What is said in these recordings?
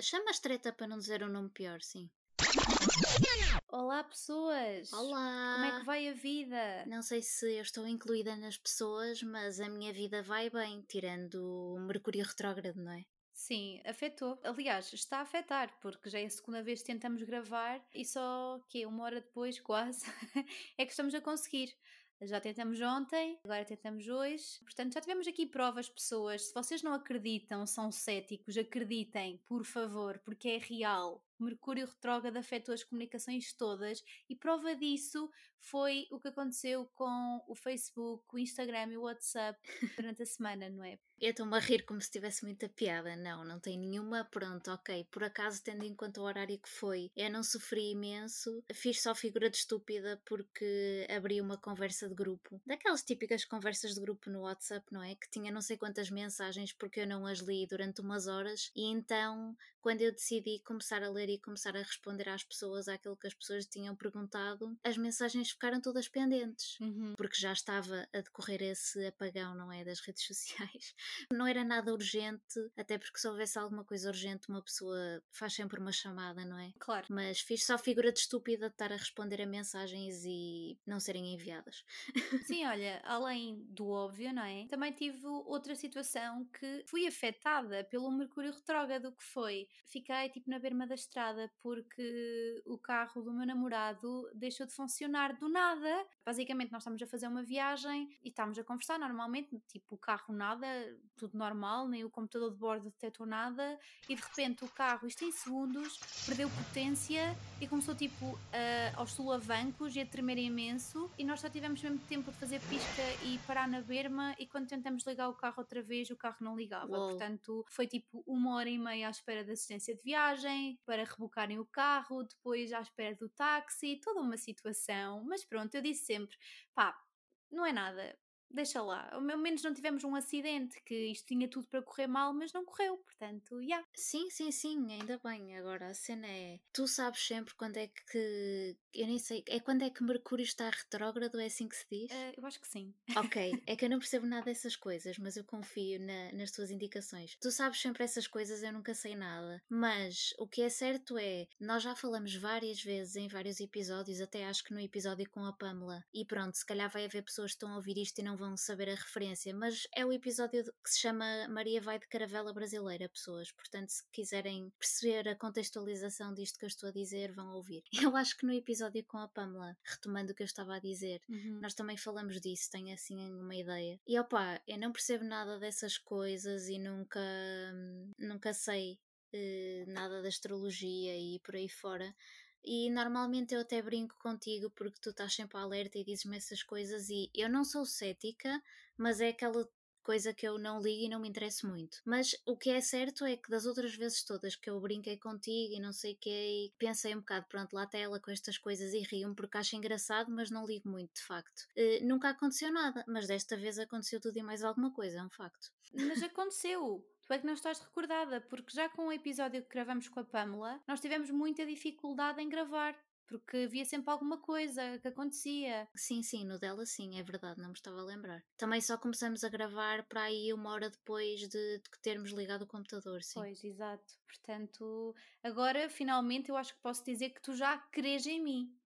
Chamas treta para não dizer um nome pior, sim. Olá, pessoas! Olá! Como é que vai a vida? Não sei se eu estou incluída nas pessoas, mas a minha vida vai bem, tirando o Mercúrio retrógrado, não é? Sim, afetou. Aliás, está a afetar, porque já é a segunda vez que tentamos gravar e só que uma hora depois, quase, é que estamos a conseguir. Já tentamos ontem, agora tentamos hoje. Portanto, já tivemos aqui provas, pessoas. Se vocês não acreditam, são céticos, acreditem, por favor, porque é real. Mercúrio retrógrado afetou as comunicações todas e prova disso foi o que aconteceu com o Facebook, o Instagram e o WhatsApp durante a semana, não é? Eu estou-me a rir como se tivesse muita piada. Não tem nenhuma. Pronto, ok. Por acaso, tendo em conta o horário que foi, eu não sofri imenso. Fiz só figura de estúpida porque abri uma conversa de grupo. Daquelas típicas conversas de grupo no WhatsApp, não é? Que tinha não sei quantas mensagens porque eu não as li durante umas horas. E então, quando eu decidi começar a ler e começar a responder às pessoas àquilo que as pessoas tinham perguntado, as mensagens ficaram todas pendentes. Porque já estava a decorrer esse apagão, não é? Das redes sociais. Não era nada urgente, até porque se houvesse alguma coisa urgente uma pessoa faz sempre uma chamada, não é? Claro. Mas fiz só figura de estúpida de estar a responder a mensagens e não serem enviadas. Sim, olha, além do óbvio, não é? Também tive outra situação que fui afetada pelo Mercúrio retrógrado, que foi, fiquei tipo na berma da estrada porque o carro do meu namorado deixou de funcionar do nada. Basicamente nós estamos a fazer uma viagem e estamos a conversar normalmente, tipo o carro nada, tudo normal, nem o computador de bordo detectou nada e de repente o carro, isto em segundos, perdeu potência e começou tipo aos solavancos e a tremer imenso e nós só tivemos mesmo tempo de fazer pisca e parar na berma e quando tentamos ligar o carro outra vez o carro não ligava, Uou. portanto foi tipo 1 hora e meia à espera de assistência de viagem para rebocarem o carro, depois à espera do táxi, toda uma situação, mas pronto, eu disse sempre, pá, não é nada, deixa lá, ao menos não tivemos um acidente, que isto tinha tudo para correr mal, mas não correu, portanto, já. Sim, ainda bem. Agora a cena é. Tu sabes sempre quando é que. Eu nem sei. É quando é que Mercúrio está retrógrado, é assim que se diz? Eu acho que sim. Ok, é que eu não percebo nada dessas coisas, mas eu confio nas tuas indicações. Tu sabes sempre essas coisas, eu nunca sei nada. Mas o que é certo é, nós já falamos várias vezes em vários episódios, até acho que no episódio com a Pamela, e pronto, se calhar vai haver pessoas que estão a ouvir isto e não vão saber a referência, mas é o episódio que se chama Maria vai de Caravela Brasileira, pessoas. Portanto, se quiserem perceber a contextualização disto que eu estou a dizer, vão ouvir. Eu acho que no episódio com a Pamela, retomando o que eu estava a dizer, nós também falamos disso, tenho assim uma ideia. E opá, eu não percebo nada dessas coisas e nunca sei nada da astrologia e por aí fora. E normalmente eu até brinco contigo porque tu estás sempre alerta e dizes-me essas coisas e eu não sou cética, mas é aquela coisa que eu não ligo e não me interesso muito. Mas o que é certo é que das outras vezes todas que eu brinquei contigo e não sei o que, pensei um bocado, pronto, lá está ela com estas coisas e rio-me porque acho engraçado, mas não ligo muito, de facto. Nunca aconteceu nada, mas desta vez aconteceu tudo e mais alguma coisa, é um facto. Mas aconteceu. Tu é que não estás recordada, porque já com o episódio que gravamos com a Pamela, nós tivemos muita dificuldade em gravar, porque havia sempre alguma coisa que acontecia. Sim, no dela sim, é verdade, não me estava a lembrar. Também só começamos a gravar para aí uma hora depois de termos ligado o computador, sim. Pois, exato. Portanto, agora finalmente eu acho que posso dizer que tu já crês em mim.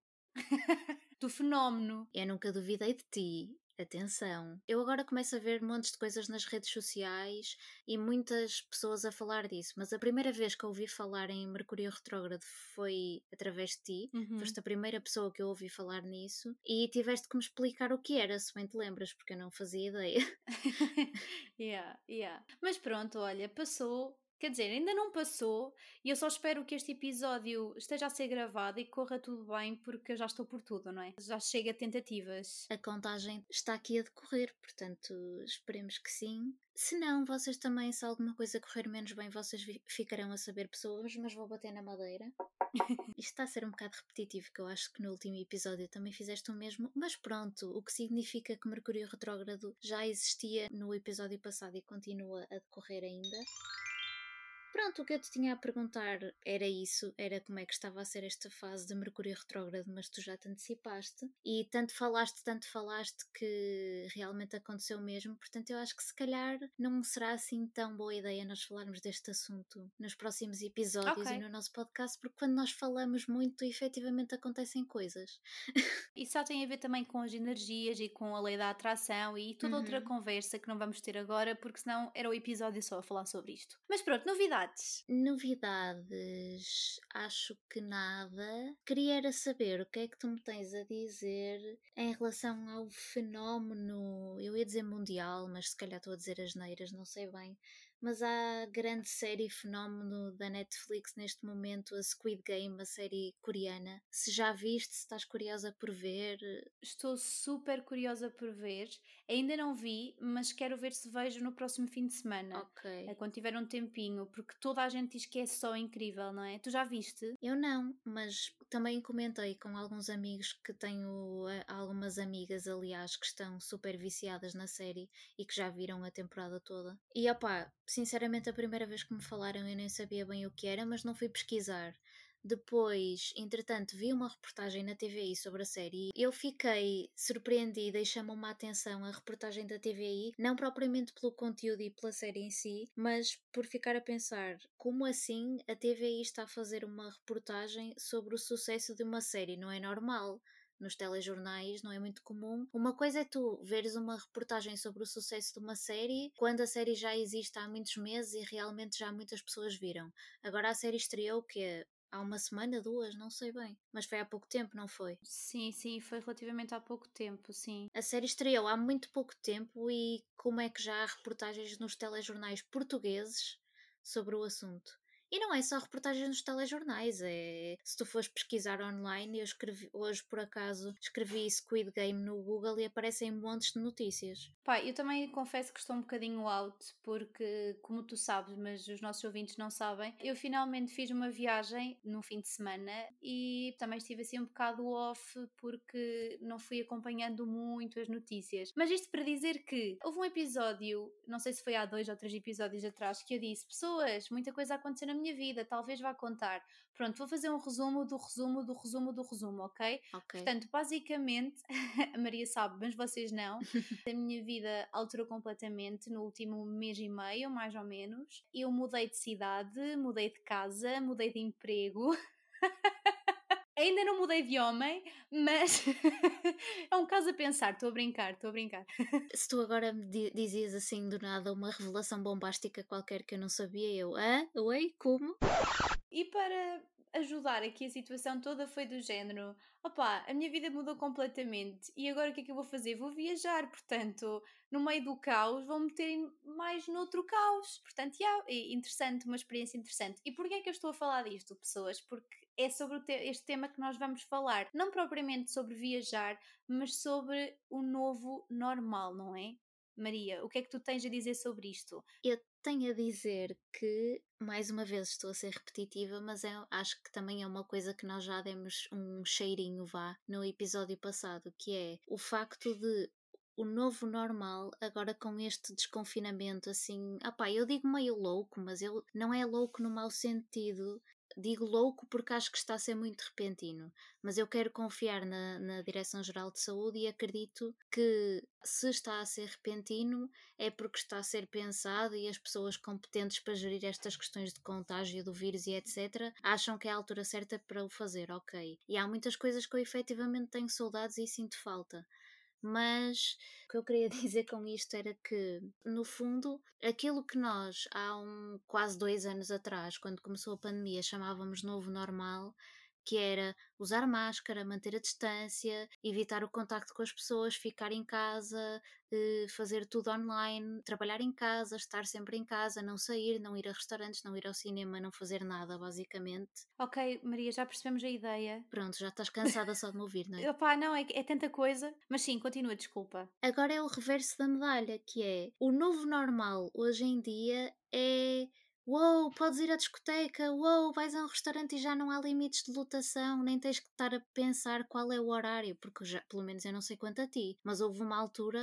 Do fenómeno. Eu nunca duvidei de ti. Atenção. Eu agora começo a ver montes de coisas nas redes sociais e muitas pessoas a falar disso, mas a primeira vez que eu ouvi falar em Mercúrio retrógrado foi através de ti. Foste a primeira pessoa que eu ouvi falar nisso e tiveste que me explicar o que era, se bem te lembras, porque eu não fazia ideia. Yeah. Mas pronto, olha, passou. Quer dizer, ainda não passou e eu só espero que este episódio esteja a ser gravado e corra tudo bem porque eu já estou por tudo, não é? Já chega a tentativas. A contagem está aqui a decorrer, portanto esperemos que sim. Se não, vocês também, se alguma coisa correr menos bem, vocês ficarão a saber, pessoas, mas vou bater na madeira. Isto está a ser um bocado repetitivo, que eu acho que no último episódio também fizeste o mesmo, mas pronto, o que significa que Mercúrio retrógrado já existia no episódio passado e continua a decorrer ainda. Pronto, o que eu te tinha a perguntar era isso, era como é que estava a ser esta fase de Mercúrio retrógrado, mas tu já te antecipaste e tanto falaste que realmente aconteceu mesmo, portanto eu acho que se calhar não será assim tão boa ideia nós falarmos deste assunto nos próximos Ok. episódios e no nosso podcast, porque quando nós falamos muito, efetivamente acontecem coisas. Isso só tem a ver também com as energias e com a lei da atração e toda outra Uhum. conversa que não vamos ter agora, porque senão era o episódio só a falar sobre isto. Mas pronto, novidades. Novidades, acho que nada. Queria era saber o que é que tu me tens a dizer em relação ao fenómeno, eu ia dizer mundial, mas se calhar estou a dizer asneiras, não sei bem. Mas há grande série fenómeno da Netflix neste momento, a Squid Game, a série coreana. Se já viste, se estás curiosa por ver, Estou super curiosa por ver. Ainda não vi, mas quero ver se vejo no próximo fim de semana. ok. Quando tiver um tempinho, porque toda a gente diz que é só incrível, não é? Tu já viste? Eu não, mas também comentei com alguns amigos que tenho, algumas amigas, aliás, que estão super viciadas na série e que já viram a temporada toda. E opá, sinceramente, a primeira vez que me falaram eu nem sabia bem o que era, mas não fui pesquisar. Depois, entretanto, vi uma reportagem na TVI sobre a série e eu fiquei surpreendida e chamou-me a atenção a reportagem da TVI, não propriamente pelo conteúdo e pela série em si, mas por ficar a pensar como assim a TVI está a fazer uma reportagem sobre o sucesso de uma série, não é normal. Nos telejornais não é muito comum. Uma coisa é tu veres uma reportagem sobre o sucesso de uma série quando a série já existe há muitos meses e realmente já muitas pessoas viram. Agora a série estreou que há uma semana, duas, não sei bem. Mas foi há pouco tempo, não foi? Sim, sim, foi relativamente há pouco tempo, sim. A série estreou há muito pouco tempo e como é que já há reportagens nos telejornais portugueses sobre o assunto? E não é só reportagens nos telejornais, é se tu fores pesquisar online, eu escrevi, hoje por acaso escrevi Squid Game no Google e aparecem montes de notícias. Pá, eu também confesso que estou um bocadinho out, porque, como tu sabes, mas os nossos ouvintes não sabem, eu finalmente fiz uma viagem no fim de semana e também estive assim um bocado off porque não fui acompanhando muito as notícias. Mas isto para dizer que houve um episódio, não sei se foi há 2 ou 3 episódios atrás, que eu disse: Pessoas, muita coisa a acontecer na minha vida, talvez vá contar. Pronto, vou fazer um resumo do resumo do resumo do resumo, ok? Ok. Portanto, basicamente, a Maria sabe, mas vocês não. A minha vida alterou completamente no último mês e meio, mais ou menos. Eu mudei de cidade, mudei de casa, mudei de emprego. Ainda não mudei de homem, mas é um caso a pensar. Estou a brincar, estou a brincar. Se tu agora me dizias assim do nada uma revelação bombástica qualquer que eu não sabia, eu, hã? Oi? Como? E para ajudar aqui a situação toda foi do género, opá, a minha vida mudou completamente e agora o que é que eu vou fazer? Vou viajar, portanto, no meio do caos vou meter mais noutro caos. Portanto, yeah, é interessante, uma experiência interessante. E porquê é que eu estou a falar disto, pessoas? Porque é sobre este tema que nós vamos falar. Não propriamente sobre viajar, mas sobre o novo normal, não é? Maria, o que é que tu tens a dizer sobre isto? Eu tenho a dizer que, mais uma vez, estou a ser repetitiva, mas acho que também é uma coisa que nós já demos um cheirinho, vá, no episódio passado, que é o facto de o novo normal, agora com este desconfinamento, assim, pá, eu digo meio louco, mas eu não é louco no mau sentido. Digo louco porque acho que está a ser muito repentino, mas eu quero confiar na Direção-Geral de Saúde e acredito que se está a ser repentino é porque está a ser pensado e as pessoas competentes para gerir estas questões de contágio do vírus e etc. acham que é a altura certa para o fazer, ok. E há muitas coisas que eu efetivamente tenho saudades e sinto falta. Mas o que eu queria dizer com isto era que, no fundo, aquilo que nós há quase 2 anos atrás, quando começou a pandemia, chamávamos novo normal, que era usar máscara, manter a distância, evitar o contacto com as pessoas, ficar em casa, fazer tudo online, trabalhar em casa, estar sempre em casa, não sair, não ir a restaurantes, não ir ao cinema, não fazer nada, basicamente. Ok, Maria, já percebemos a ideia. Pronto, já estás cansada só de me ouvir, não é? Opá, não, é tanta coisa. Mas sim, continua, desculpa. Agora é o reverso da medalha, que é o novo normal hoje em dia é uou, podes ir à discoteca, uou, vais a um restaurante e já não há limites de lotação, nem tens que estar a pensar qual é o horário, porque já, pelo menos eu não sei quanto a ti, mas houve uma altura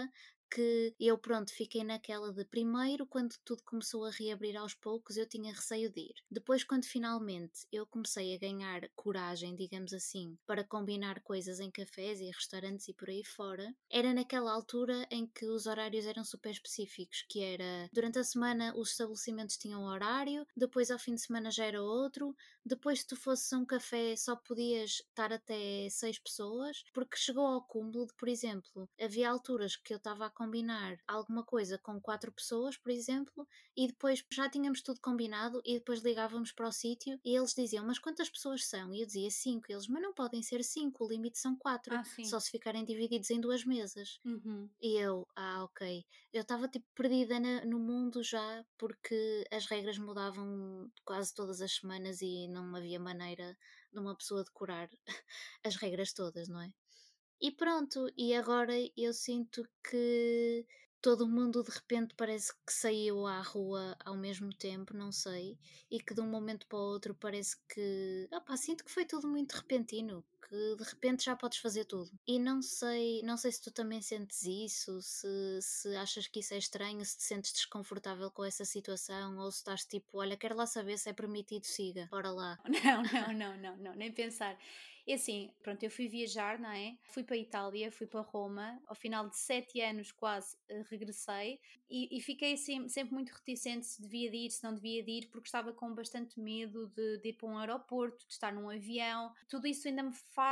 que eu, pronto, fiquei naquela de primeiro, quando tudo começou a reabrir aos poucos, eu tinha receio de ir. Depois, quando finalmente eu comecei a ganhar coragem, digamos assim, para combinar coisas em cafés e restaurantes e por aí fora, era naquela altura em que os horários eram super específicos, que era durante a semana os estabelecimentos tinham um horário, depois ao fim de semana já era outro, depois se tu fosses a um café só podias estar até 6 pessoas, porque chegou ao cúmulo de, por exemplo, havia alturas que eu estava a combinar alguma coisa com 4 pessoas, por exemplo, e depois já tínhamos tudo combinado e depois ligávamos para o sítio e eles diziam, mas quantas pessoas são? E eu dizia 5, eles, mas não podem ser 5, o limite são 4, Ah, sim. só se ficarem divididos em 2 mesas. Uhum. E eu, ok. Eu estava tipo perdida no mundo já, porque as regras mudavam quase todas as semanas e não havia maneira de uma pessoa decorar as regras todas, não é? E pronto, e agora eu sinto que todo mundo de repente parece que saiu à rua ao mesmo tempo, não sei, e que de um momento para o outro parece que, opá, sinto que foi tudo muito repentino, que de repente já podes fazer tudo. E não sei se tu também sentes isso, se achas que isso é estranho, se te sentes desconfortável com essa situação, ou se estás tipo, olha, quero lá saber se é permitido, siga, bora lá. Não, não, não, não, não, nem pensar. É assim, pronto, eu fui viajar, não é? Fui para a Itália, fui para Roma, ao final de 7 anos quase regressei e fiquei assim, sempre muito reticente se devia de ir, se não devia de ir, porque estava com bastante medo de ir para um aeroporto, de estar num avião. Tudo isso ainda me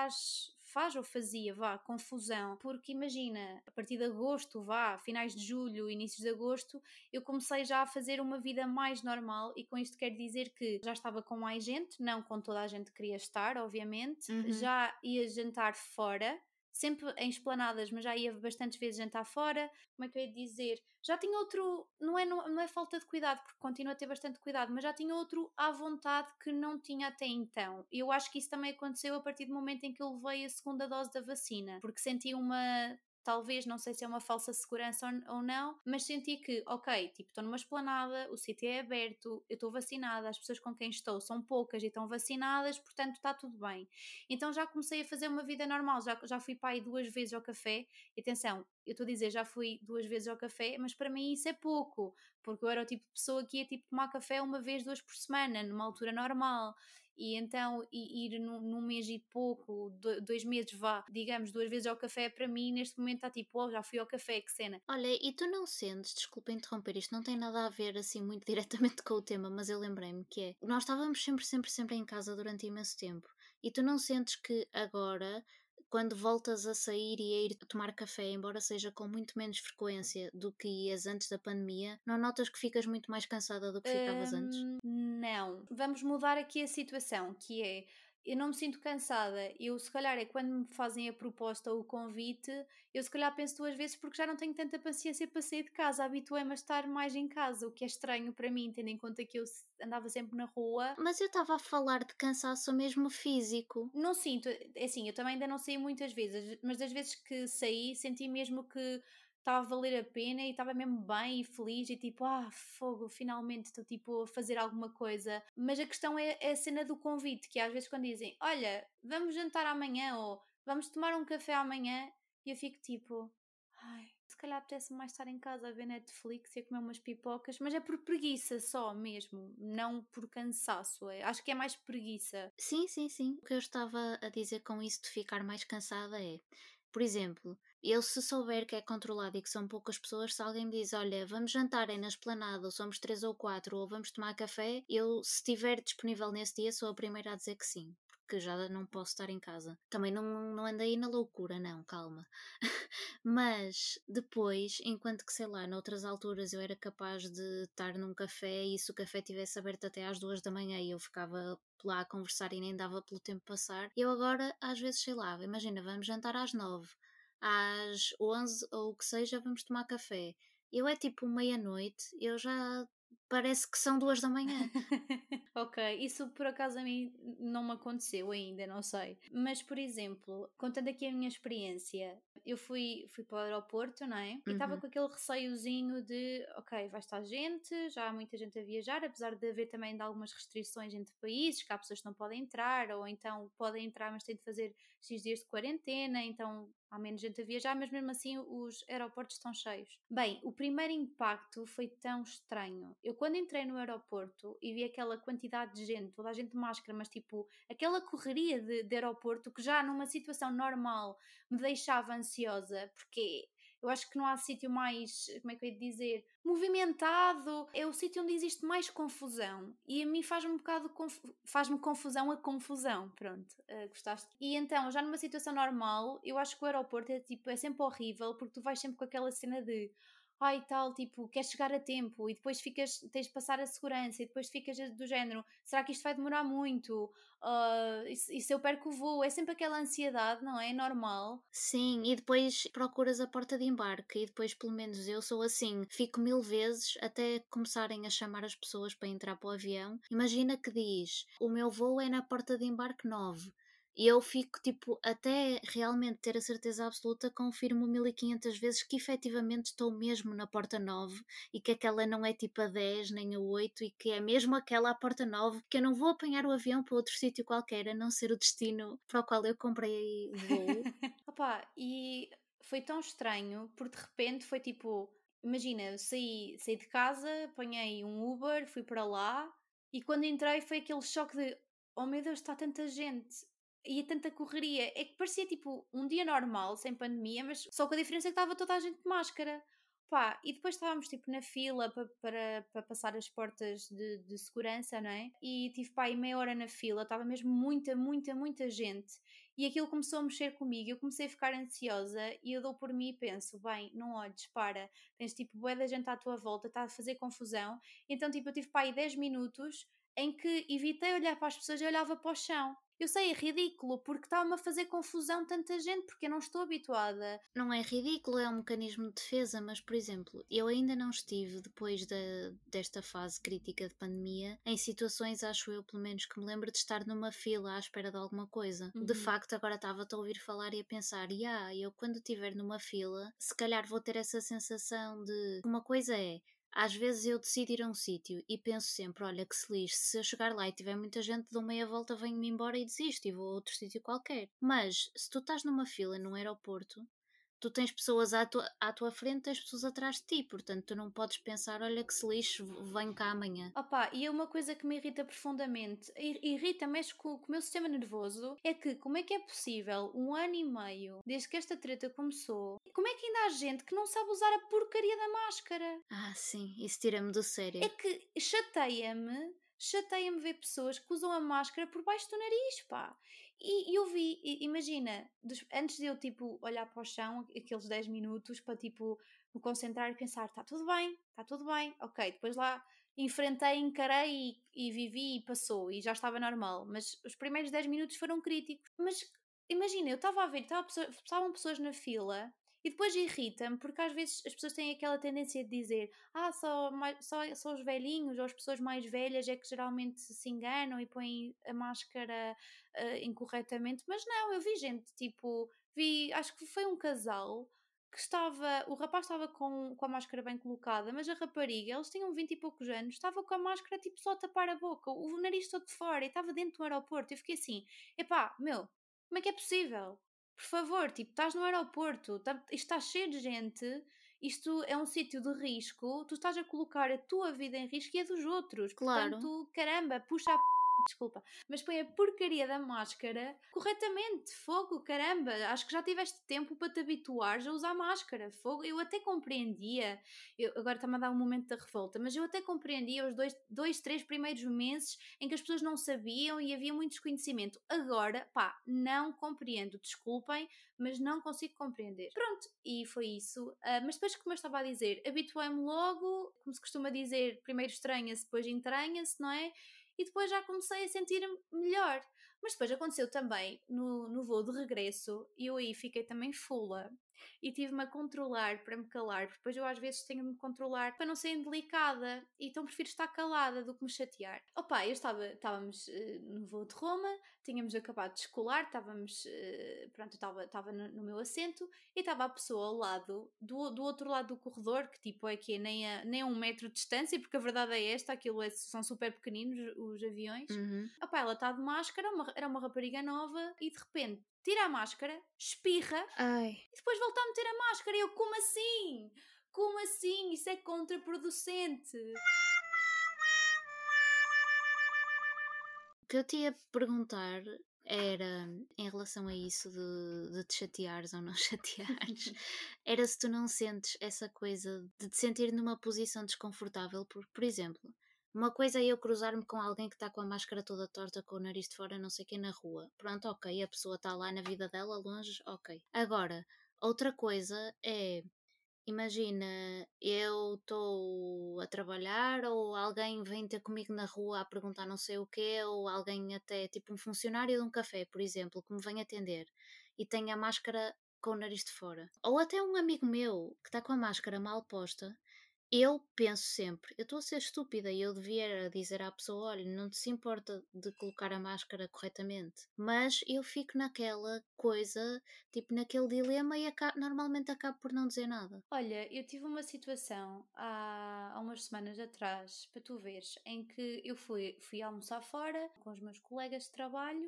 faz ou fazia, vá, confusão, porque imagina, a partir de agosto, vá, finais de julho, inícios de agosto, eu comecei já a fazer uma vida mais normal e com isto quero dizer que já estava com mais gente, não com toda a gente que queria estar, obviamente, Uhum. já ia jantar fora, sempre em esplanadas, mas já ia bastantes vezes jantar fora, como é que eu ia dizer? Já tinha outro, não é falta de cuidado, porque continuo a ter bastante cuidado, mas já tinha outro à vontade que não tinha até então. Eu acho que isso também aconteceu a partir do momento em que eu levei a segunda dose da vacina, porque senti uma talvez, não sei se é uma falsa segurança ou não, mas senti que, ok, tipo, estou numa esplanada, o sítio é aberto, eu estou vacinada, as pessoas com quem estou são poucas e estão vacinadas, portanto está tudo bem. Então já comecei a fazer uma vida normal, já fui para aí 2 vezes ao café, e atenção, eu estou a dizer, já fui 2 vezes ao café, mas para mim isso é pouco, porque eu era o tipo de pessoa que ia tipo tomar café uma vez, 2 por semana, numa altura normal. E então ir num mês e pouco, 2 meses, vá, digamos, 2 vezes ao café, para mim neste momento está tipo, oh, já fui ao café, que cena. Olha, e tu não sentes, desculpa interromper, isto não tem nada a ver assim muito diretamente com o tema, mas eu lembrei-me que é, nós estávamos sempre em casa durante imenso tempo, e tu não sentes que agora, quando voltas a sair e a ir tomar café, embora seja com muito menos frequência do que ias antes da pandemia, não notas que ficas muito mais cansada do que ficavas antes? Não. Vamos mudar aqui a situação, que é, eu não me sinto cansada. Eu, se calhar, é quando me fazem a proposta ou o convite, eu se calhar penso 2 vezes porque já não tenho tanta paciência para sair de casa. Habituei-me a estar mais em casa, o que é estranho para mim, tendo em conta que eu andava sempre na rua. Mas eu estava a falar de cansaço mesmo físico. Não sinto, é assim, eu também ainda não saí muitas vezes, mas das vezes que saí, senti mesmo que estava a valer a pena e estava mesmo bem e feliz e tipo, fogo, finalmente estou tipo a fazer alguma coisa. Mas a questão é a cena do convite, que às vezes quando dizem, olha, vamos jantar amanhã ou vamos tomar um café amanhã, e eu fico tipo, ai, se calhar apetece mais estar em casa a ver Netflix e a comer umas pipocas, mas é por preguiça só mesmo, não por cansaço. Acho que é mais preguiça. Sim, sim, sim. O que eu estava a dizer com isso de ficar mais cansada é, por exemplo, eu se souber que é controlado e que são poucas pessoas, se alguém me diz, olha, vamos jantar aí na esplanada, ou somos 3 ou 4, ou vamos tomar café, eu, se estiver disponível nesse dia, sou a primeira a dizer que sim. Porque já não posso estar em casa. Também não ando aí na loucura, não, calma. Mas depois, enquanto que sei lá, noutras alturas eu era capaz de estar num café e se o café estivesse aberto até às 2 da manhã e eu ficava lá a conversar e nem dava pelo tempo passar, eu agora às vezes sei lá, imagina, vamos jantar às 9, às 11 ou o que seja, vamos tomar café. Eu é tipo meia-noite, eu já parece que são 2 da manhã. Ok, isso por acaso a mim não me aconteceu ainda, não sei. Mas, por exemplo, contando aqui a minha experiência, eu fui para o aeroporto, não é? E estava Uhum. com aquele receiozinho de, ok, vai estar gente, já há muita gente a viajar, apesar de haver também de algumas restrições entre países, que há pessoas que não podem entrar, ou então podem entrar, mas têm de fazer X dias de quarentena, então há menos gente a viajar, mas mesmo assim os aeroportos estão cheios. Bem, o primeiro impacto foi tão estranho. Eu, quando entrei no aeroporto e vi aquela quantidade de gente, toda a gente de máscara, mas tipo, aquela correria de aeroporto que já numa situação normal me deixava ansiosa, porque eu acho que não há sítio mais, como é que eu ia dizer, movimentado, é o sítio onde existe mais confusão e a mim faz-me um bocado faz-me confusão a confusão, pronto, gostaste? E então, já numa situação normal, eu acho que o aeroporto é tipo, é sempre horrível porque tu vais sempre com aquela cena de ai tal, tipo, queres chegar a tempo e depois tens de passar a segurança e depois ficas do género, será que isto vai demorar muito? E se eu perco o voo? É sempre aquela ansiedade, não é? É normal. Sim, e depois procuras a porta de embarque e depois, pelo menos eu sou assim, fico 1000 vezes até começarem a chamar as pessoas para entrar para o avião. Imagina que diz, o meu voo é na porta de embarque 9. E eu fico tipo, até realmente ter a certeza absoluta, confirmo 1500 vezes que efetivamente estou mesmo na porta 9 e que aquela não é tipo a 10 nem a 8 e que é mesmo aquela a porta 9, que eu não vou apanhar o avião para outro sítio qualquer a não ser o destino para o qual eu comprei o voo. Opa, e foi tão estranho, porque de repente foi tipo, imagina, eu saí de casa, apanhei um Uber, fui para lá, e quando entrei foi aquele choque de, oh meu Deus, está tanta gente, e é tanta correria. É que parecia tipo um dia normal, sem pandemia, mas só com a diferença é que estava toda a gente de máscara. Pá, e depois estávamos tipo na fila para passar as portas de segurança, não é? E tive pá aí meia hora na fila, estava mesmo muita, muita, muita gente. E aquilo começou a mexer comigo, eu comecei a ficar ansiosa e eu dou por mim e penso, bem, não olhes, para, tens tipo bué da gente à tua volta, está a fazer confusão. Então tipo, eu tive para aí 10 minutos em que evitei olhar para as pessoas e olhava para o chão. Eu sei, é ridículo, porque estava-me a fazer confusão tanta gente, porque eu não estou habituada. Não é ridículo, é um mecanismo de defesa, mas, por exemplo, eu ainda não estive, depois desta fase crítica de pandemia, em situações, acho eu, pelo menos que me lembro de estar numa fila à espera de alguma coisa. De Uhum. facto, agora estava-te a ouvir falar e a pensar, eu quando estiver numa fila, se calhar vou ter essa sensação de. Uma coisa é. Às vezes eu decido ir a um sítio e penso sempre, olha que se lixe, se eu chegar lá e tiver muita gente, dou meia volta, venho-me embora e desisto e vou a outro sítio qualquer. Mas se tu estás numa fila num aeroporto, tu tens pessoas à tua frente, tens pessoas atrás de ti, portanto tu não podes pensar, olha que se lixo, venho cá amanhã. Opa, e é uma coisa que me irrita profundamente, irrita, mexe com o meu sistema nervoso, é que como é que é possível, um ano e meio, desde que esta treta começou, como é que ainda há gente que não sabe usar a porcaria da máscara? Ah, sim, isso tira-me do É sério. que chateia-me ver pessoas que usam a máscara por baixo do nariz, pá. E eu vi, imagina, antes de eu tipo olhar para o chão, aqueles 10 minutos para tipo me concentrar e pensar, está tudo bem, ok. Depois lá enfrentei, encarei e vivi e passou e já estava normal. Mas os primeiros 10 minutos foram críticos. Mas imagina, eu estava a ver, estavam pessoas na fila e depois irrita-me porque às vezes as pessoas têm aquela tendência de dizer só os velhinhos ou as pessoas mais velhas é que geralmente se enganam e põem a máscara incorretamente, mas não, eu vi gente, tipo, acho que foi um casal que o rapaz estava com a máscara bem colocada, mas a rapariga, eles tinham 20 e poucos anos, estava com a máscara tipo só a tapar a boca, o nariz todo de fora e estava dentro do aeroporto. Eu fiquei assim, epá, meu, como é que é possível? Por favor, tipo, estás no aeroporto, isto está cheio de gente, isto é um sítio de risco, tu estás a colocar a tua vida em risco e a dos outros. Claro, Portanto, caramba, puxa a desculpa, mas põe a porcaria da máscara corretamente. Fogo, caramba, acho que já tiveste tempo para te habituares a usar máscara. Fogo, eu até compreendia, agora está-me a dar um momento da revolta, mas eu até compreendia os dois, três primeiros meses em que as pessoas não sabiam e havia muito desconhecimento. Agora, pá, não compreendo, desculpem, mas não consigo compreender. Pronto, e foi isso. Mas depois, como eu estava a dizer, habituei-me logo, como se costuma dizer, primeiro estranha-se, depois entranha-se, não é? E depois já comecei a sentir melhor. Mas depois aconteceu também no voo de regresso e eu aí fiquei também fula e tive-me a controlar para me calar, porque depois eu às vezes tenho de me controlar para não ser indelicada, e então prefiro estar calada do que me chatear. Opa, estávamos no voo de Roma, tínhamos acabado de descolar, pronto, eu estava no meu assento e estava a pessoa ao lado, do outro lado do corredor, que tipo é que nem a 1 metro de distância, porque a verdade é esta, são super pequeninos os aviões. Uhum. Opa, ela está de máscara, era uma rapariga nova e de repente tira a máscara, espirra Ai. e depois volta a meter a máscara. E eu, como assim? Como assim? Isso é contraproducente. O que eu te ia perguntar era, em relação a isso de te chateares ou não chateares, era se tu não sentes essa coisa de te sentir numa posição desconfortável, porque, por exemplo, uma coisa é eu cruzar-me com alguém que está com a máscara toda torta, com o nariz de fora, não sei o que, na rua. Pronto, ok, a pessoa está lá na vida dela, longe, ok. Agora, outra coisa é, imagina, eu estou a trabalhar ou alguém vem ter comigo na rua a perguntar não sei o quê, ou alguém até, tipo um funcionário de um café, por exemplo, que me vem atender e tem a máscara com o nariz de fora. Ou até um amigo meu que está com a máscara mal posta, eu penso sempre, eu estou a ser estúpida e eu devia dizer à pessoa, olha, não te se importa de colocar a máscara corretamente. Mas eu fico naquela coisa, tipo naquele dilema e normalmente acabo por não dizer nada. Olha, eu tive uma situação há umas semanas atrás, para tu veres, em que eu fui almoçar fora com os meus colegas de trabalho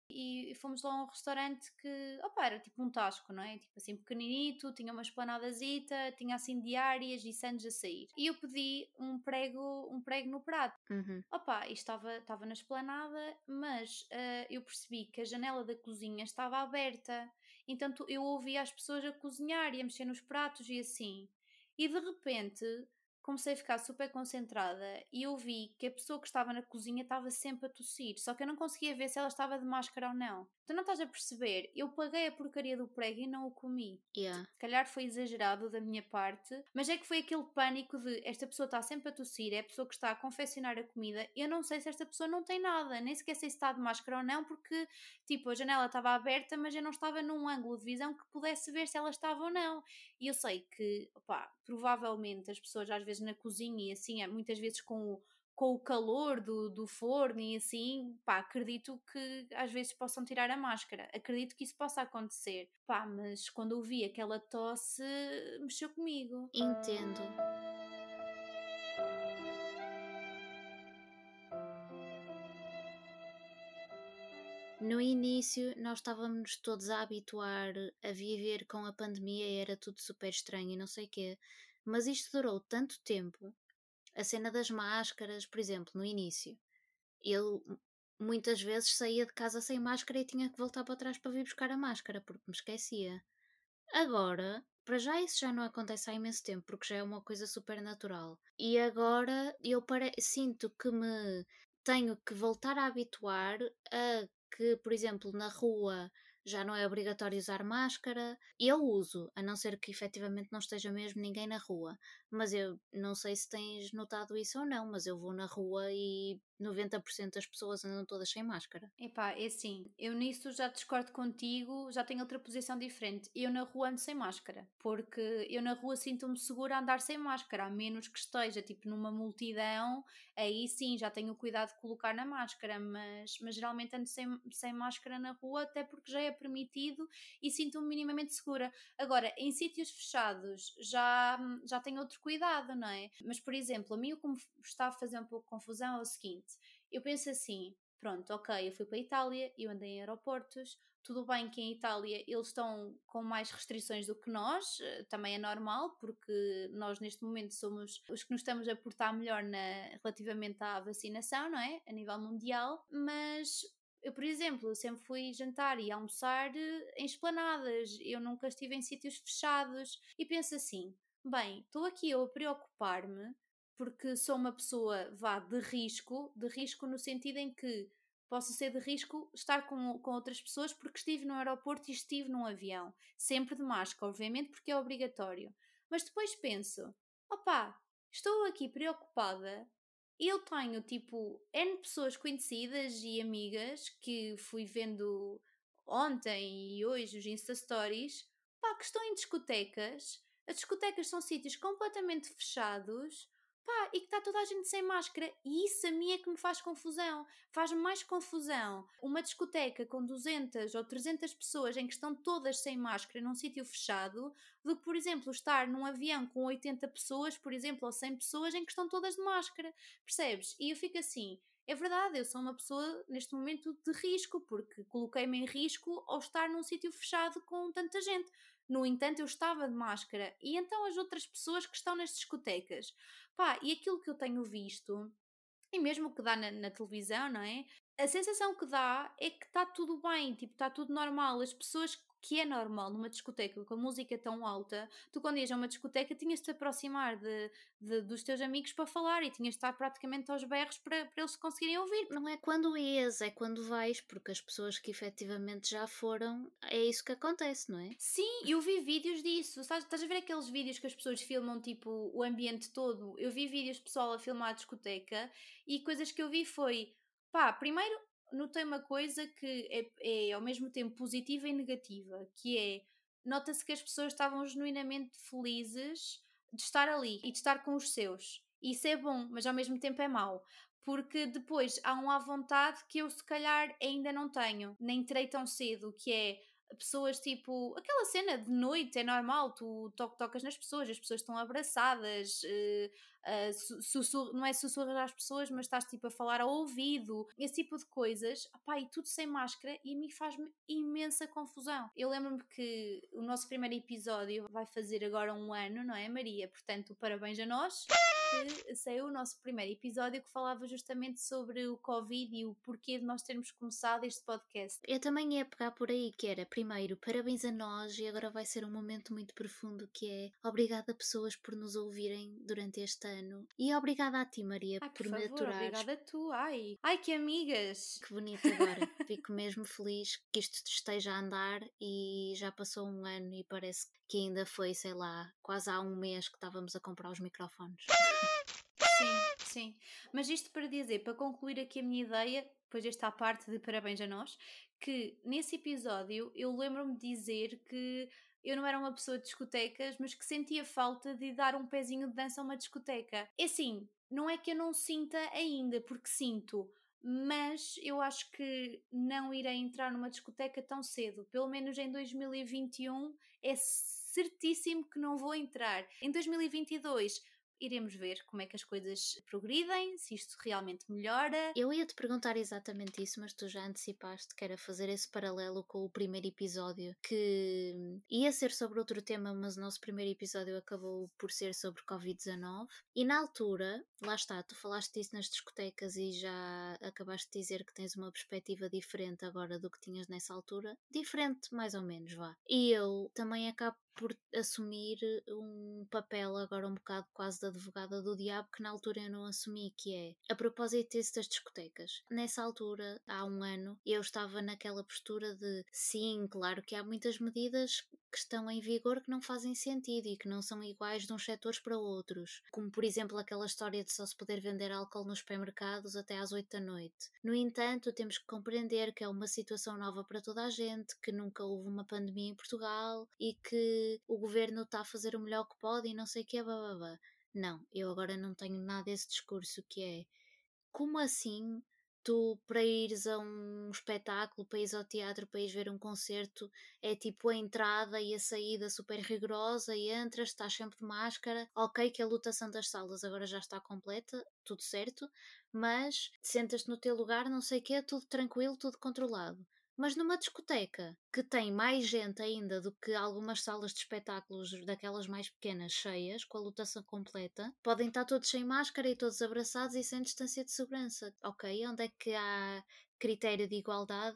e fomos lá a um restaurante que, opa, era tipo um tasco, não é? Tipo assim pequeninito, tinha uma esplanadazita, tinha assim diárias e sandes a sair. E eu pedi um prego no prato. Uhum. Opa, e estava na esplanada, mas eu percebi que a janela da cozinha estava aberta, então eu ouvia as pessoas a cozinhar e a mexer nos pratos e assim. E de repente comecei a ficar super concentrada e eu vi que a pessoa que estava na cozinha estava sempre a tossir, só que eu não conseguia ver se ela estava de máscara ou não. Tu não estás a perceber? Eu paguei a porcaria do prego e não o comi. Yeah. Se calhar foi exagerado da minha parte, mas é que foi aquele pânico de esta pessoa está sempre a tossir, é a pessoa que está a confeccionar a comida, eu não sei se esta pessoa não tem nada, nem sequer sei se está de máscara ou não, porque tipo, a janela estava aberta, mas eu não estava num ângulo de visão que pudesse ver se ela estava ou não. E eu sei que, opá, provavelmente as pessoas às vezes na cozinha e assim, muitas vezes com o calor do forno e assim, pá, acredito que às vezes possam tirar a máscara. Acredito que isso possa acontecer. Pá, mas quando ouvi aquela tosse, mexeu comigo. Entendo. No início, nós estávamos todos a habituar a viver com a pandemia e era tudo super estranho e não sei o quê. Mas isto durou tanto tempo. A cena das máscaras, por exemplo, no início, eu muitas vezes saía de casa sem máscara e tinha que voltar para trás para vir buscar a máscara porque me esquecia. Agora, para já isso já não acontece há imenso tempo, porque já é uma coisa super natural. E agora sinto que me tenho que voltar a habituar a que, por exemplo, na rua já não é obrigatório usar máscara. Eu uso, a não ser que efetivamente não esteja mesmo ninguém na rua. Mas eu não sei se tens notado isso ou não, mas eu vou na rua e 90% das pessoas andam todas sem máscara. Epá, é assim, eu nisso já discordo contigo, já tenho outra posição diferente. Eu na rua ando sem máscara, porque eu na rua sinto-me segura a andar sem máscara, a menos que esteja tipo numa multidão, aí sim já tenho cuidado de colocar na máscara, mas geralmente ando sem máscara na rua, até porque já é permitido e sinto-me minimamente segura. Agora, em sítios fechados já tenho outro cuidado, não é? Mas, por exemplo, a mim o que me está a fazer um pouco de confusão é o seguinte: eu penso assim. Pronto, ok, eu fui para a Itália, eu andei em aeroportos, tudo bem que em Itália eles estão com mais restrições do que nós, também é normal, porque nós neste momento somos os que nos estamos a portar melhor relativamente à vacinação, não é? A nível mundial, mas eu, por exemplo, sempre fui jantar e almoçar em esplanadas, eu nunca estive em sítios fechados e penso assim, bem, estou aqui eu a preocupar-me porque sou uma pessoa, vá, de risco no sentido em que posso ser de risco estar com outras pessoas porque estive no aeroporto e estive num avião, sempre de máscara, obviamente, porque é obrigatório. Mas depois penso, opá, estou aqui preocupada eu tenho, tipo, N pessoas conhecidas e amigas que fui vendo ontem e hoje os Insta Stories, pá, que estão em discotecas. As discotecas são sítios completamente fechados, pá, e que está toda a gente sem máscara. E isso a mim é que me faz confusão. Faz-me mais confusão uma discoteca com 200 ou 300 pessoas em que estão todas sem máscara num sítio fechado do que, por exemplo, estar num avião com 80 pessoas, por exemplo, ou 100 pessoas em que estão todas de máscara. Percebes? E eu fico assim, é verdade, eu sou uma pessoa neste momento de risco, porque coloquei-me em risco ao estar num sítio fechado com tanta gente. No entanto, eu estava de máscara. E então as outras pessoas que estão nas discotecas. Pá, e aquilo que eu tenho visto, e mesmo o que dá na televisão, não é? A sensação que dá é que está tudo bem, tipo, está tudo normal. As pessoas que é normal numa discoteca com a música tão alta, tu quando ias a uma discoteca tinhas de te aproximar dos teus amigos para falar e tinhas de estar praticamente aos berros para eles conseguirem ouvir. Não é quando ias, é quando vais, porque as pessoas que efetivamente já foram, é isso que acontece, não é? Sim, eu vi vídeos disso. Estás a ver aqueles vídeos que as pessoas filmam, tipo, o ambiente todo? Eu vi vídeos de pessoal a filmar a discoteca e coisas que eu vi foi, pá, primeiro notei uma coisa que é ao mesmo tempo positiva e negativa, que é, nota-se que as pessoas estavam genuinamente felizes de estar ali e de estar com os seus. Isso é bom, mas ao mesmo tempo é mau. Porque depois há um à vontade que eu se calhar ainda não tenho, nem terei tão cedo, que é pessoas tipo, aquela cena de noite é normal, tu tocas nas pessoas, as pessoas estão abraçadas, não é sussurrar às pessoas, mas estás tipo a falar ao ouvido, esse tipo de coisas, opá, e tudo sem máscara, e a mim faz-me imensa confusão. Eu lembro-me que o nosso primeiro episódio vai fazer agora um ano, não é, Maria? Portanto, parabéns a nós. Que saiu o nosso primeiro episódio que falava justamente sobre o Covid e o porquê de nós termos começado este podcast. Eu também ia pegar por aí, que era, primeiro, parabéns a nós, e agora vai ser um momento muito profundo, que é obrigada pessoas por nos ouvirem durante este ano. E obrigada a ti, Maria, Ai, por por me favor, aturares. obrigada a tu. Ai, que amigas! Que bonito agora. Fico mesmo feliz que isto esteja a andar e já passou um ano e parece que ainda foi, sei lá, quase há um mês que estávamos a comprar os microfones. Sim, sim. Mas isto para dizer, para concluir aqui a minha ideia, depois esta parte de parabéns a nós, que nesse episódio eu lembro-me de dizer que eu não era uma pessoa de discotecas, mas que sentia falta de dar um pezinho de dança a uma discoteca. É assim, não é que eu não sinta ainda, porque sinto, mas eu acho que não irei entrar numa discoteca tão cedo. Pelo menos em 2021 é certíssimo que não vou entrar. Em 2022 iremos ver como é que as coisas progridem, se isto realmente melhora. Eu ia te perguntar exatamente isso, mas tu já antecipaste que era fazer esse paralelo com o primeiro episódio, que ia ser sobre outro tema, mas o nosso primeiro episódio acabou por ser sobre Covid-19. E na altura, lá está, tu falaste disso nas discotecas e já acabaste de dizer que tens uma perspectiva diferente agora do que tinhas nessa altura. Diferente, mais ou menos, vá. E eu também acabo por assumir um papel agora um bocado quase de advogada do diabo que na altura eu não assumi, que é a propósito disso das discotecas. Nessa altura, há um ano, eu estava naquela postura de sim, claro que há muitas medidas que estão em vigor que não fazem sentido e que não são iguais de uns setores para outros, como por exemplo aquela história de só se poder vender álcool nos supermercados até às 8 da noite. No entanto, temos que compreender que é uma situação nova para toda a gente, que nunca houve uma pandemia em Portugal e que o governo está a fazer o melhor que pode e não sei o que é, bababá. Não, eu agora não tenho nada desse discurso que é como assim tu para ires a um espetáculo, para ires ao teatro, para ires ver um concerto, é tipo a entrada e a saída super rigorosa e entras, estás sempre de máscara, ok que a lotação das salas agora já está completa, tudo certo, mas sentas-te no teu lugar, não sei o quê, tudo tranquilo, tudo controlado. Mas numa discoteca que tem mais gente ainda do que algumas salas de espetáculos daquelas mais pequenas cheias, com a lotação completa, podem estar todos sem máscara e todos abraçados e sem distância de segurança. Ok, onde é que há critério de igualdade,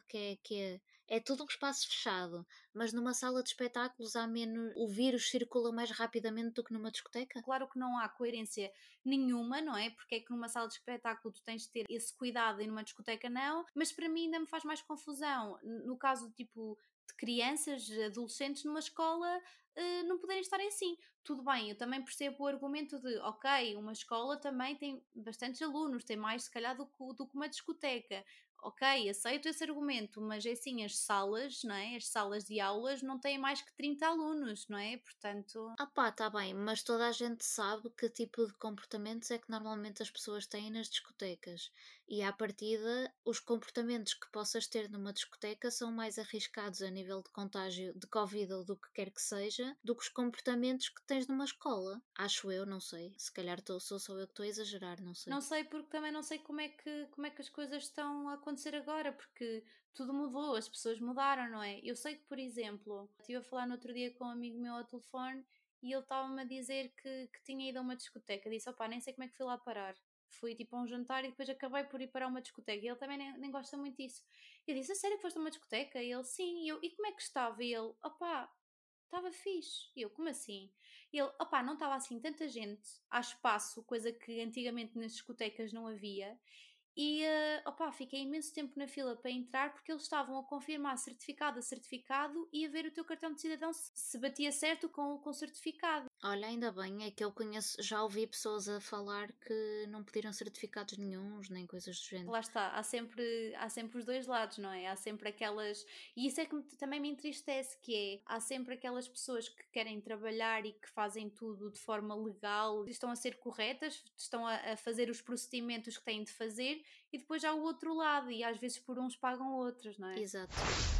é tudo um espaço fechado, mas numa sala de espetáculos há menos, o vírus circula mais rapidamente do que numa discoteca? Claro que não há coerência nenhuma, não é? Porque é que numa sala de espetáculo tu tens de ter esse cuidado e numa discoteca não, mas para mim ainda me faz mais confusão. No caso, tipo, de crianças, adolescentes numa escola, não poderem estar assim. Tudo bem, eu também percebo o argumento de, ok, uma escola também tem bastantes alunos, tem mais se calhar do que uma discoteca. Ok, aceito esse argumento, mas é assim, as salas, não é? As salas de aulas não têm mais que 30 alunos, não é? Portanto, Ah pá, tá bem, mas toda a gente sabe que tipo de comportamentos é que normalmente as pessoas têm nas discotecas. E à partida, os comportamentos que possas ter numa discoteca são mais arriscados a nível de contágio de Covid ou do que quer que seja, do que os comportamentos que tens numa escola. Acho eu, não sei. Se calhar sou só eu que estou a exagerar, não sei. não sei porque também não sei como é que as coisas estão a acontecer agora, porque tudo mudou, as pessoas mudaram, não é? Eu sei que, por exemplo, estive a falar no outro dia com um amigo meu ao telefone e ele estava-me a dizer que tinha ido a uma discoteca. Disse, opá, nem sei como é que fui lá parar. Fui tipo a um jantar e depois acabei por ir para uma discoteca. E ele também nem gosta muito disso. Eu disse, a sério que foste a uma discoteca? E ele, sim. E eu, e como é que estava? E ele, opá, estava fixe. E eu, como assim? E ele, opá, não estava assim tanta gente, há espaço, coisa que antigamente nas discotecas não havia. E, opá, fiquei imenso tempo na fila para entrar porque eles estavam a confirmar certificado a certificado e a ver o teu cartão de cidadão se batia certo com o certificado. Olha, ainda bem, é que eu conheço, já ouvi pessoas a falar que não pediram certificados nenhuns, nem coisas do género. Lá está, há sempre os dois lados, não é? Há sempre aquelas. E isso é que também me entristece, que é, há sempre aquelas pessoas que querem trabalhar e que fazem tudo de forma legal, estão a ser corretas, estão a fazer os procedimentos que têm de fazer, e depois há o outro lado, e às vezes por uns pagam outros, não é? Exato.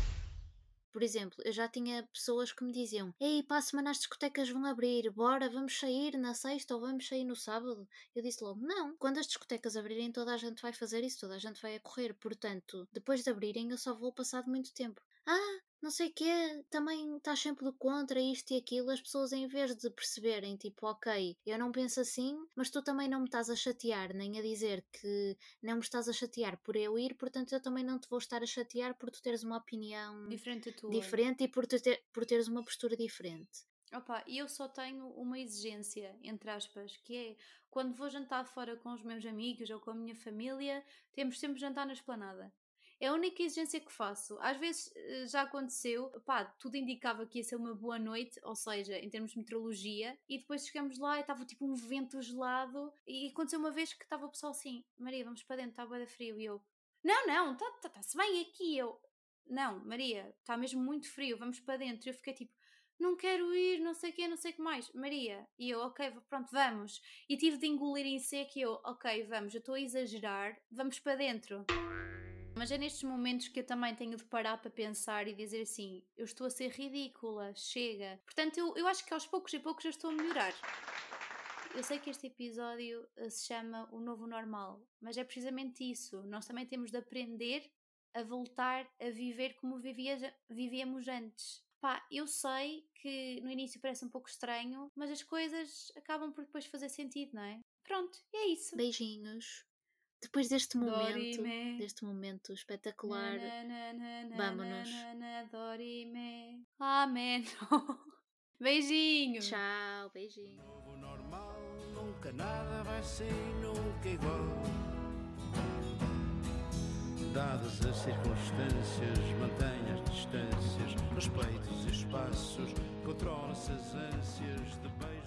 Por exemplo, eu já tinha pessoas que me diziam: Ei, para a semana as discotecas vão abrir, bora, vamos sair na sexta ou vamos sair no sábado? Eu disse logo: Não, quando as discotecas abrirem, toda a gente vai fazer isso, toda a gente vai a correr, portanto, depois de abrirem, eu só vou passar de muito tempo. Ah, não sei o quê, também estás sempre do contra isto e aquilo. As pessoas, em vez de perceberem, tipo, ok, eu não penso assim, mas tu também não me estás a chatear, nem a dizer que não me estás a chatear por eu ir, portanto, eu também não te vou estar a chatear por tu teres uma opinião Diferente da tua. diferente e por teres uma postura diferente. Opa, e eu só tenho uma exigência, entre aspas, que é quando vou jantar fora com os meus amigos ou com a minha família, temos sempre jantar na esplanada. É a única exigência que faço. Às vezes já aconteceu, pá, tudo indicava que ia ser uma boa noite, ou seja, em termos de meteorologia, e depois chegamos lá e estava tipo um vento gelado, e aconteceu uma vez que estava o pessoal assim: Maria, vamos para dentro, está bué de frio, e eu: Não, está-se bem aqui. Eu: Não, Maria, está mesmo muito frio, vamos para dentro. E eu fiquei tipo: Não quero ir, não sei o quê, não sei o que mais. Maria, e eu, ok, pronto, vamos. E tive de engolir em seco e eu, ok, vamos, eu estou a exagerar, vamos para dentro. Mas é nestes momentos que eu também tenho de parar para pensar e dizer assim: eu estou a ser ridícula, chega. Portanto, eu acho que aos poucos e poucos eu estou a melhorar. Eu sei que este episódio se chama O Novo Normal, mas é precisamente isso. Nós também temos de aprender a voltar a viver como vivíamos antes. Pá, eu sei que no início parece um pouco estranho, mas as coisas acabam por depois fazer sentido, não é? Pronto, é isso. Beijinhos. Depois Dorime. deste momento espetacular, Na, vamo-nos. Dorime. Amém. Beijinho. Tchau, beijinho. Novo normal, nunca nada vai ser nunca igual. Dadas as circunstâncias, mantenha as distâncias, respeite os espaços, controle-se as ânsias de beijo.